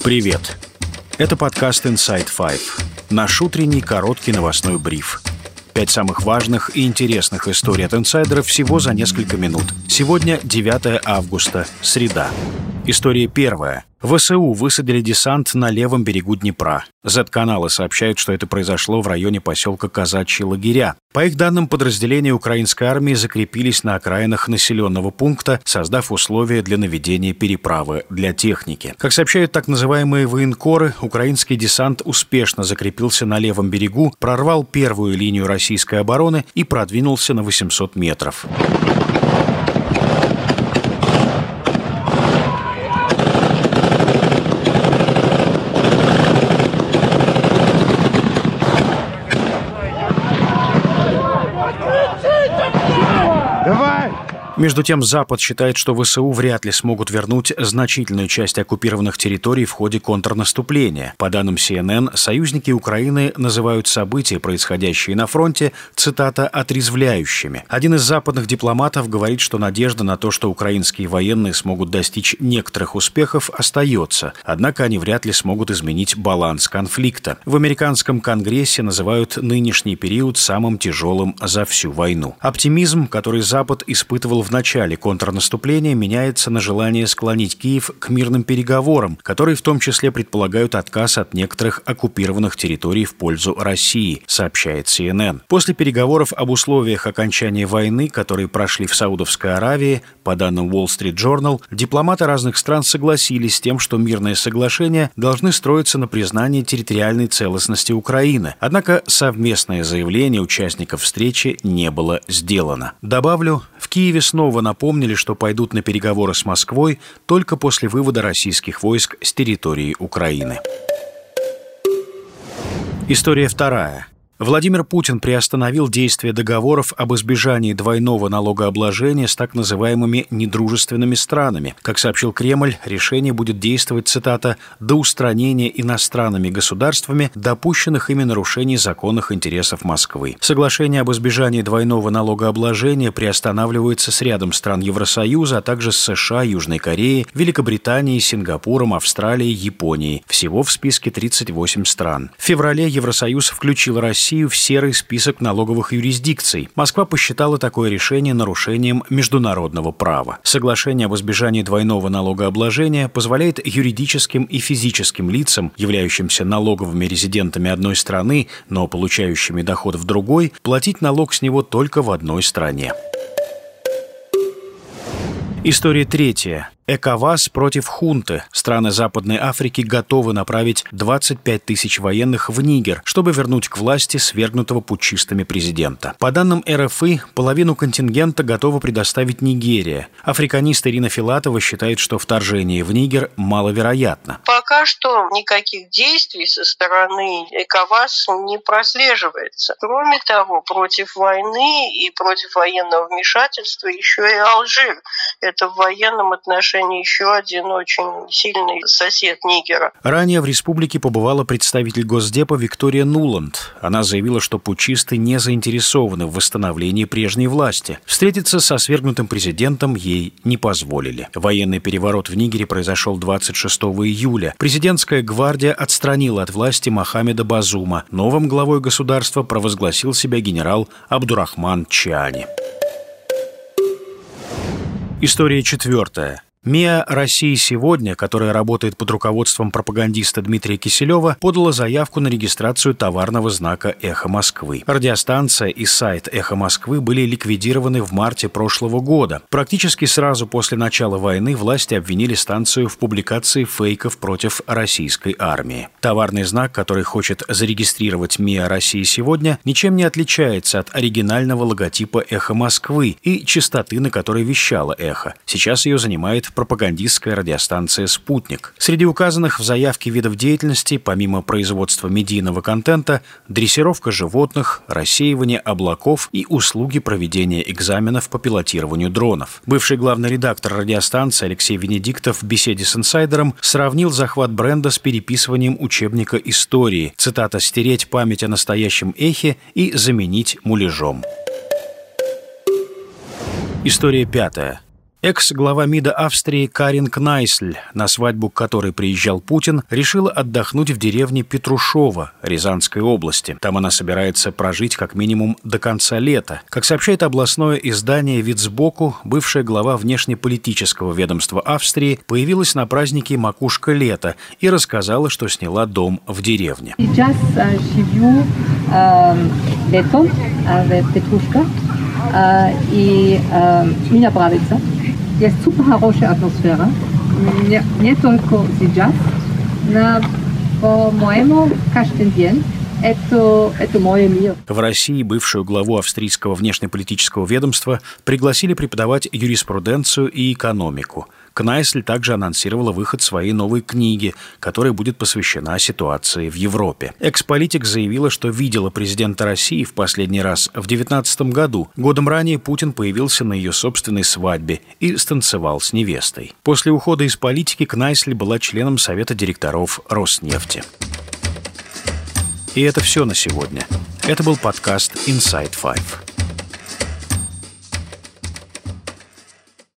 Привет! Это подкаст Inside Five. Наш утренний короткий новостной бриф. 5 самых важных и интересных историй от инсайдеров всего за несколько минут. Сегодня 9 августа, среда. История первая. ВСУ высадили десант на левом берегу Днепра. Z-каналы сообщают, что это произошло в районе поселка Казачьи лагеря. По их данным, подразделения украинской армии закрепились на окраинах населенного пункта, создав условия для наведения переправы для техники. Как сообщают так называемые военкоры, украинский десант успешно закрепился на левом берегу, прорвал первую линию российской обороны и продвинулся на 800 метров. Между тем, Запад считает, что ВСУ вряд ли смогут вернуть значительную часть оккупированных территорий в ходе контрнаступления. По данным CNN, союзники Украины называют события, происходящие на фронте, цитата, «отрезвляющими». Один из западных дипломатов говорит, что надежда на то, что украинские военные смогут достичь некоторых успехов, остается. Однако они вряд ли смогут изменить баланс конфликта. В американском Конгрессе называют нынешний период самым тяжелым за всю войну. Оптимизм, который Запад испытывал в начале контрнаступления, меняется на желание склонить Киев к мирным переговорам, которые в том числе предполагают отказ от некоторых оккупированных территорий в пользу России, сообщает CNN. После переговоров об условиях окончания войны, которые прошли в Саудовской Аравии, по данным Wall Street Journal, дипломаты разных стран согласились с тем, что мирные соглашения должны строиться на признании территориальной целостности Украины. Однако совместное заявление участников встречи не было сделано. Добавлю, в Киеве снова напомнили, что пойдут на переговоры с Москвой только после вывода российских войск с территории Украины. История вторая. Владимир Путин приостановил действие договоров об избежании двойного налогообложения с так называемыми недружественными странами. Как сообщил Кремль, решение будет действовать, цитата, «до устранения иностранными государствами допущенных ими нарушений законных интересов Москвы». Соглашение об избежании двойного налогообложения приостанавливается с рядом стран Евросоюза, а также с США, Южной Кореей, Великобританией, Сингапуром, Австралией, Японией. Всего в списке 38 стран. В феврале Евросоюз включил Россию в серый список налоговых юрисдикций. Москва посчитала такое решение нарушением международного права. Соглашение об избежании двойного налогообложения позволяет юридическим и физическим лицам, являющимся налоговыми резидентами одной страны, но получающими доход в другой, платить налог с него только в одной стране. История третья. ЭКОВАС против хунты. Страны Западной Африки готовы направить 25 тысяч военных в Нигер, чтобы вернуть к власти свергнутого путчистами президента. По данным РФИ, половину контингента готова предоставить Нигерия. Африканист Ирина Филатова считает, что вторжение в Нигер маловероятно. Пока что никаких действий со стороны ЭКОВАС не прослеживается. Кроме того, против войны и против военного вмешательства еще и Алжир. Это в военном отношении еще один очень сильный сосед Нигера. Ранее в республике побывала представитель Госдепа Виктория Нуланд. Она заявила, что путчисты не заинтересованы в восстановлении прежней власти. Встретиться со свергнутым президентом ей не позволили. Военный переворот в Нигере произошел 26 июля. Президентская гвардия отстранила от власти Мохаммеда Базума. Новым главой государства провозгласил себя генерал Абдурахман Чиани. История четвертая. МИА «России сегодня», которая работает под руководством пропагандиста Дмитрия Киселева, подала заявку на регистрацию товарного знака «Эхо Москвы». Радиостанция и сайт «Эхо Москвы» были ликвидированы в марте прошлого года. Практически сразу после начала войны власти обвинили станцию в публикации фейков против российской армии. Товарный знак, который хочет зарегистрировать МИА «России сегодня», ничем не отличается от оригинального логотипа «Эхо Москвы» и частоты, на которой вещало «Эхо». Сейчас ее занимает пропагандистская радиостанция «Спутник». Среди указанных в заявке видов деятельности, помимо производства медийного контента, дрессировка животных, рассеивание облаков и услуги проведения экзаменов по пилотированию дронов. Бывший главный редактор радиостанции Алексей Венедиктов в беседе с инсайдером сравнил захват бренда с переписыванием учебника истории. Цитата: «стереть память о настоящем эхе и заменить муляжом». История пятая. Экс-глава МИДа Австрии Карин Кнайсль, на свадьбу, к которой приезжал Путин, решила отдохнуть в деревне Петрушово Рязанской области. Там она собирается прожить как минимум до конца лета. Как сообщает областное издание «Вицбоку», бывшая глава внешнеполитического ведомства Австрии появилась на празднике «Макушка лета» и рассказала, что сняла дом в деревне. Летом в Петрушка, и мне нравится. Есть супер хорошая атмосфера. Не только сейчас, но, по-моему, каждый день. Это мой мир. В России бывшую главу австрийского внешнеполитического ведомства пригласили преподавать юриспруденцию и экономику. Кнайсль также анонсировала выход своей новой книги, которая будет посвящена ситуации в Европе. Экс-политик заявила, что видела президента России в последний раз в 2019 году. Годом ранее Путин появился на ее собственной свадьбе и станцевал с невестой. После ухода из политики Кнайсль была членом Совета директоров Роснефти. И это все на сегодня. Это был подкаст Inside Five.